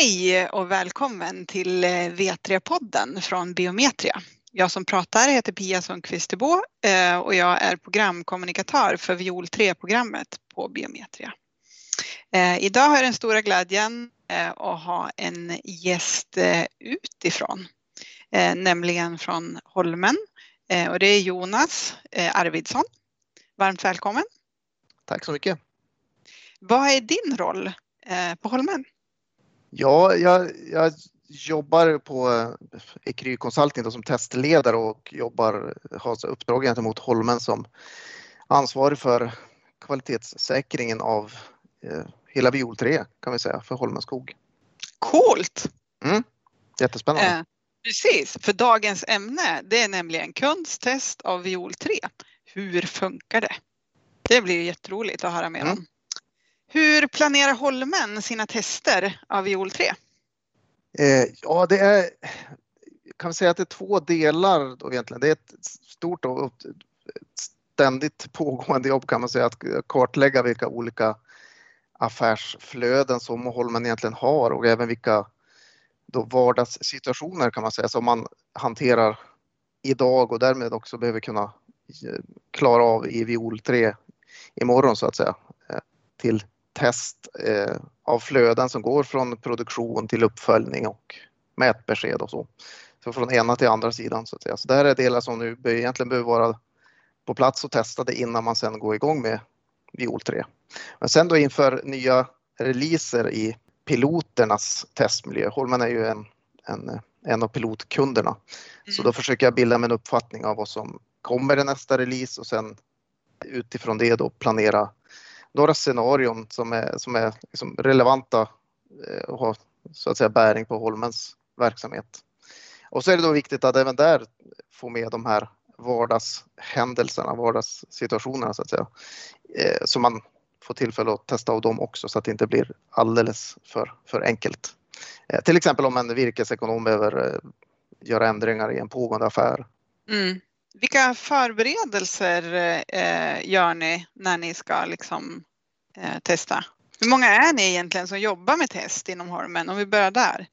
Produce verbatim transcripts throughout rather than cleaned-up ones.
Hej och välkommen till V tre-podden från Biometria. Jag som pratar heter Pia Sundqvist-Bo och jag är programkommunikatör för Viol tre-programmet på Biometria. Idag har jag den stora glädjen att ha en gäst utifrån, nämligen från Holmen, och det är Jonas Arvidsson. Varmt välkommen. Tack så mycket. Vad är din roll på Holmen? Ja, jag, jag jobbar på Ecry Consulting som testledare och jobbar, har uppdrag gentemot Holmen som ansvarig för kvalitetssäkringen av eh, hela Viol tre kan vi säga för Holmen skog. Coolt! Mm, jättespännande. Eh, precis, för dagens ämne det är nämligen kundstest av Viol tre. Hur funkar det? Det blir jätteroligt att höra mer om. Mm. Hur planerar Holmen sina tester av Viol tre? Eh, ja, det är, kan vi säga att det är två delar då egentligen. Det är ett stort och ständigt pågående jobb kan man säga att kartlägga vilka olika affärsflöden som Holmen egentligen har och även vilka då vardagssituationer kan man säga som man hanterar idag och därmed också behöver kunna klara av i Viol tre imorgon så att säga till test eh, av flöden som går från produktion till uppföljning och mätbesked och så. Så från ena till andra sidan så att säga. Så det här är delar som nu egentligen behöver vara på plats och testade innan man sen går igång med Viol tre. Men sen då inför nya releaser i piloternas testmiljö. Holmen är ju en, en, en av pilotkunderna. Mm. Så då försöker jag bilda mig en uppfattning av vad som kommer i nästa release och sen utifrån det då planera några scenarion som är, som är liksom relevanta och har så att säga bäring på Holmens verksamhet. Och så är det då viktigt att även där få med de här vardagshändelserna, vardagssituationerna så att säga. Så man får tillfälle att testa av dem också så att det inte blir alldeles för, för enkelt. Till exempel om en virkesekonom behöver göra ändringar i en pågående affär. Mm. Vilka förberedelser eh, gör ni när ni ska liksom, eh, testa? Hur många är ni egentligen som jobbar med test inom Holmen? Om vi börjar där.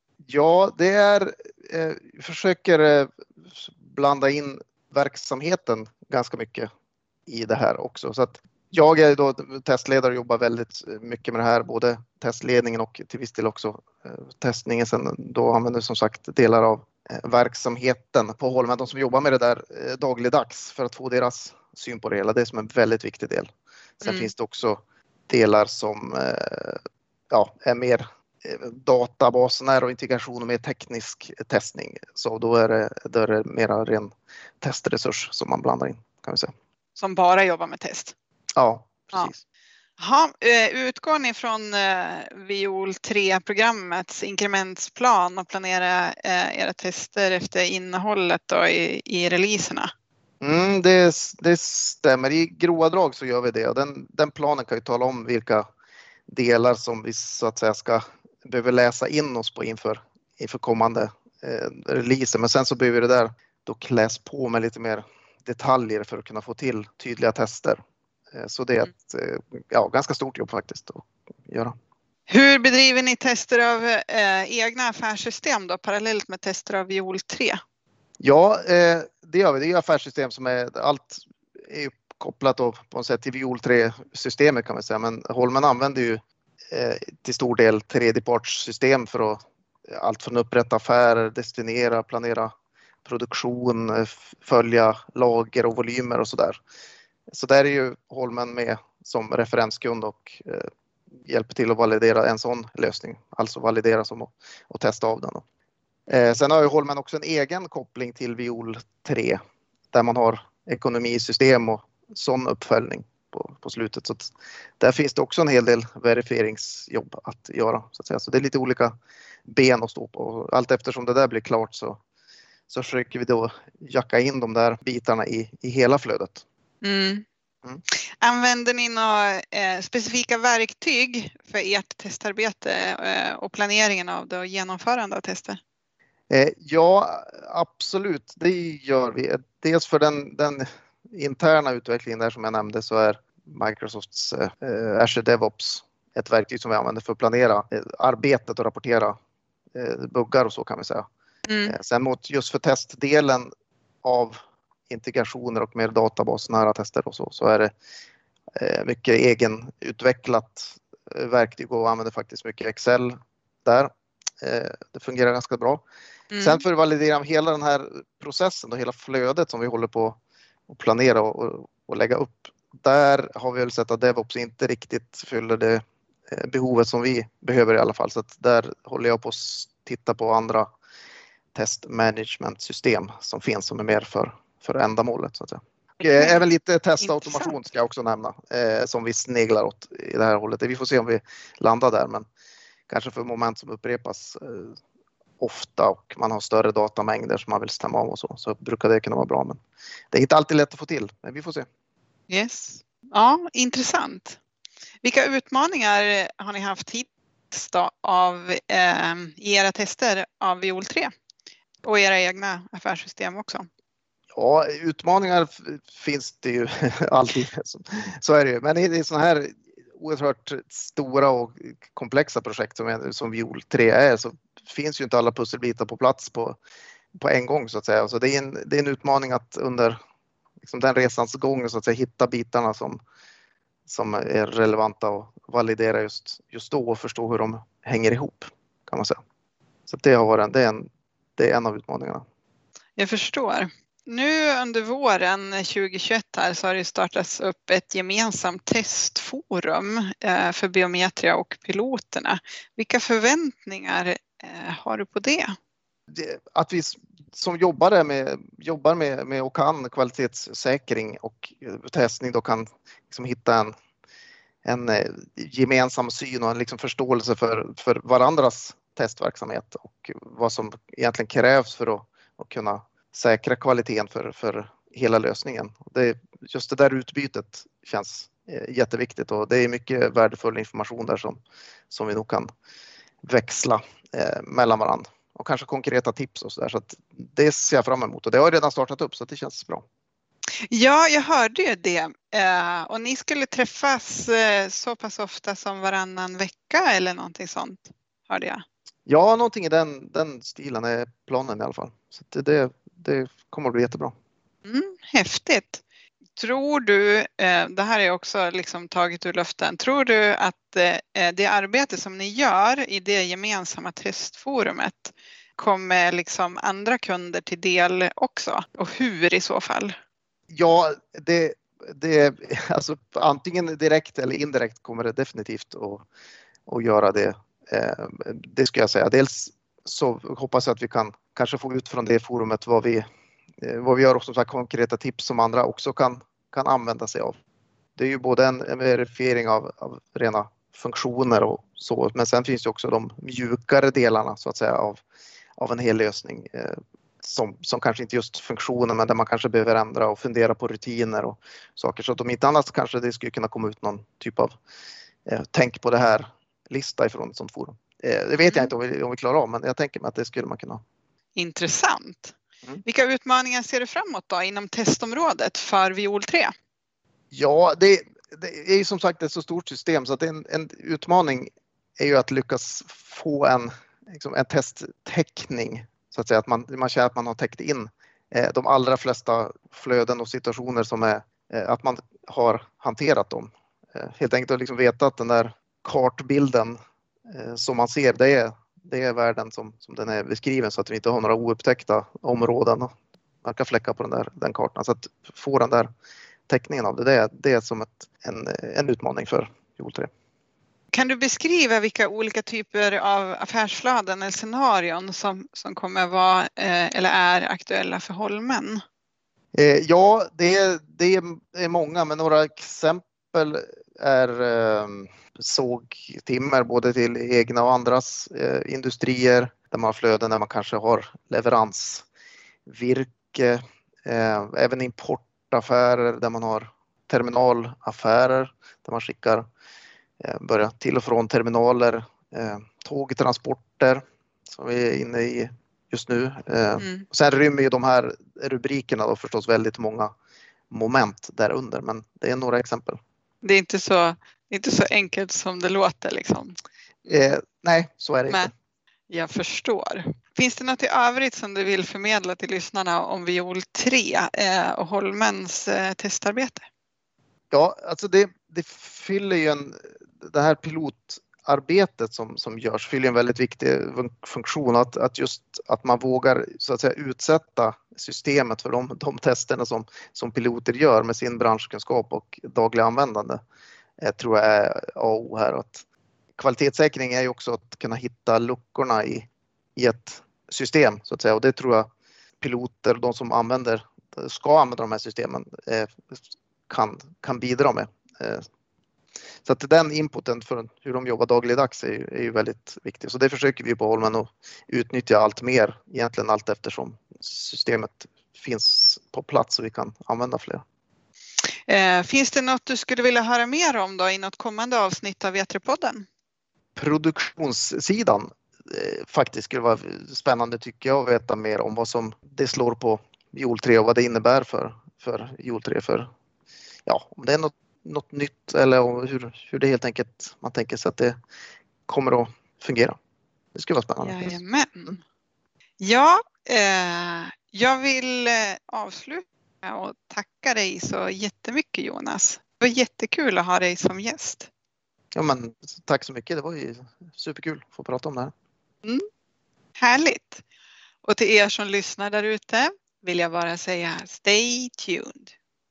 Ja, det är, eh, vi försöker eh, blanda in verksamheten ganska mycket i det här också. Så att jag är då testledare och jobbar väldigt mycket med det här, både testledningen och till viss del också eh, testningen. Sen då använder som sagt delar av verksamheten på Holmen, de som jobbar med det där eh, dagligdags för att få deras syn på det hela. Det är som en väldigt viktig del. Sen mm. finns det också delar som eh, ja, är mer eh, databasen och integration och mer teknisk testning. Så då är det, då är det mera ren testresurs som man blandar in kan vi säga. Som bara jobbar med test? Ja, precis. Ja. Ha, utgår ni från eh, Viol tre-programmets inkrementsplan och planerar eh, era tester efter innehållet då i, i releaserna? Mm, det, det stämmer. I grova drag så gör vi det. Och den, den planen kan ju tala om vilka delar som vi så att säga ska behöver läsa in oss på inför, inför kommande eh, releaser. Men sen så behöver det där då kläs på med lite mer detaljer för att kunna få till tydliga tester. Så det är ett ja, ganska stort jobb faktiskt att göra. Hur bedriver ni tester av eh, egna affärssystem då parallellt med tester av Viol tre? Ja, eh, det gör vi. Det är affärssystem som är allt är kopplat då, på något sätt till Viol tre-systemet kan man säga. Men Holmen använder ju eh, till stor del tredjepartssystem för att allt från upprätta affärer, destinera, planera produktion, följa lager och volymer och sådär. Så där är ju Holmen med som referenskund och eh, hjälper till att validera en sån lösning. Alltså validera som och, och testa av den. Eh, sen har ju Holmen också en egen koppling till Viol tre där man har ekonomisystem och sån uppföljning på, på slutet. Så att där finns det också en hel del verifieringsjobb att göra. Så att säga. Så det är lite olika ben att stå på. Allt eftersom det där blir klart så, så försöker vi då jacka in de där bitarna i, i hela flödet. Mm. Mm. Använder ni några eh, specifika verktyg för ert testarbete eh, och planeringen av det och genomförande av tester? Eh, ja, absolut. Det gör vi. Dels för den, den interna utvecklingen där som jag nämnde så är Microsofts eh, Azure DevOps ett verktyg som vi använder för att planera arbetet och rapportera buggar och så kan vi säga. Mm. Sen mot just för testdelen av integrationer och mer databasnära tester och så, så är det mycket egenutvecklat verktyg och använder faktiskt mycket Excel där. Det fungerar ganska bra. Mm. Sen för att validera hela den här processen och hela flödet som vi håller på att planera och, och lägga upp. Där har vi väl sett att DevOps inte riktigt fyller det behovet som vi behöver i alla fall. Så att där håller jag på att titta på andra testmanagementsystem som finns som är mer för, för ändamålet så att säga. Och även lite testautomation ska jag också nämna eh, som vi sneglar åt i det här hållet. Vi får se om vi landar där, men kanske för moment som upprepas eh, ofta och man har större datamängder som man vill stämma av och så, så brukar det kunna vara bra. Men det är inte alltid lätt att få till, men vi får se. Yes. Ja, intressant. Vilka utmaningar har ni haft hittills då av eh, i era tester av Viol tre och era egna affärssystem också? Ja, utmaningar finns det ju alltid, så är det ju. Men det är sådana här oerhört stora och komplexa projekt som, som Viol tre är, så finns ju inte alla pusselbitar på plats på, på en gång så att säga. Så det är en, det är en utmaning att under liksom den resans gång så att säga hitta bitarna som, som är relevanta och validera just, just då och förstå hur de hänger ihop kan man säga. Så det har varit en, det är en, det är en av utmaningarna. Jag förstår. Nu under våren tjugohundratjugoett här så har det startats upp ett gemensamt testforum för Biometria och piloterna. Vilka förväntningar har du på det? Att vi som jobbar med, jobbar med, med och kan kvalitetssäkring och testning då kan liksom hitta en, en gemensam syn och en liksom förståelse för, för varandras testverksamhet och vad som egentligen krävs för att, att kunna säkra kvaliteten för, för hela lösningen. Det, just det där utbytet känns jätteviktigt och det är mycket värdefull information där som, som vi nog kan växla eh, mellan varandra och kanske konkreta tips och så där. Så att det ser jag fram emot och det har redan startat upp så att det känns bra. Ja, jag hörde ju det eh, och ni skulle träffas eh, så pass ofta som varannan vecka eller någonting sånt, hörde jag. Ja, någonting i den, den stilen är planen i alla fall. Så det, det, det kommer att bli jättebra. Mm, häftigt. Tror du, eh, det här är också liksom taget ur luften, tror du att eh, det arbete som ni gör i det gemensamma testforumet kommer liksom andra kunder till del också? Och hur i så fall? Ja, det, det alltså antingen direkt eller indirekt kommer det definitivt att, att göra det. Eh, det ska jag säga. Dels så hoppas jag att vi kan kanske få ut från det forumet vad vi, vad vi gör och som sagt konkreta tips som andra också kan, kan använda sig av. Det är ju både en, en verifiering av, av rena funktioner och så, men sen finns det också de mjukare delarna så att säga av, av en hel lösning eh, som, som kanske inte just funktioner men där man kanske behöver ändra och fundera på rutiner och saker. Så att om inte annat kanske det skulle kunna komma ut någon typ av eh, tänk på det här lista ifrån ett sånt forum. Eh, det vet jag inte om vi, om vi klarar av, men jag tänker mig att det skulle man kunna. Intressant. Mm. Vilka utmaningar ser du framåt då inom testområdet för Viol tre? Ja, det, det är ju som sagt ett så stort system så att en, en utmaning är ju att lyckas få en, liksom en testtäckning så att säga, att man, man känner att man har täckt in eh, de allra flesta flöden och situationer som är eh, att man har hanterat dem. Eh, helt enkelt att liksom veta att den där kartbilden eh, som man ser, det är, det är världen som, som den är beskriven så att vi inte har några oupptäckta områden och mörka fläckar på den där den kartan. Så att få den där täckningen av det, det är, det är som ett, en, en utmaning för Viol tre. Kan du beskriva vilka olika typer av affärsflöden eller scenarion som, som kommer vara eh, eller är aktuella för Holmen? Eh, ja, det är, det är många, men några exempel är eh, sågtimmer både till egna och andras eh, industrier där man har flöden där man kanske har leveransvirke, eh, även importaffärer där man har terminalaffärer där man skickar börja till och från terminaler, eh, tågtransporter som vi är inne i just nu. Eh, mm. och sen rymmer ju de här rubrikerna då förstås väldigt många moment där under, men det är några exempel. Det är inte så, Inte så enkelt som det låter liksom. Eh, nej, så är det Men inte. jag förstår. Finns det något i övrigt som du vill förmedla till lyssnarna om viol tre eh, och Holmens eh, testarbete? Ja, alltså det, det fyller ju en, det här pilotarbetet som, som görs fyller en väldigt viktig funktion. Att, att just att man vågar så att säga utsätta systemet för de, de testerna som, som piloter gör med sin branschkunskap och dagliga användande. Jag tror jag är A och O här. Att kvalitetssäkring är ju också att kunna hitta luckorna i, i ett system så att säga, och det tror jag piloter, de som använder, ska använda de här systemen, eh, kan, kan bidra med. Eh, så att den inputen för hur de jobbar dagligdags är ju, är ju väldigt viktig. Så det försöker vi på Holmen att utnyttja allt mer, egentligen allt eftersom systemet finns på plats och vi kan använda fler. Eh, finns det något du skulle vilja höra mer om då i något kommande avsnitt av V tre podden? Produktionssidan eh, faktiskt skulle vara spännande tycker jag, att veta mer om vad som det slår på viol tre och vad det innebär för, för viol tre. För, ja, om det är något, något nytt eller hur, hur det helt enkelt man tänker sig att det kommer att fungera. Det skulle vara spännande. Jajamän. Mm. Ja, eh, jag vill eh, avsluta och tacka dig så jättemycket Jonas. Det var jättekul att ha dig som gäst. Ja, men tack så mycket. Det var ju superkul att få prata om det här. Mm. Härligt. Och till er som lyssnar där ute vill jag bara säga stay tuned.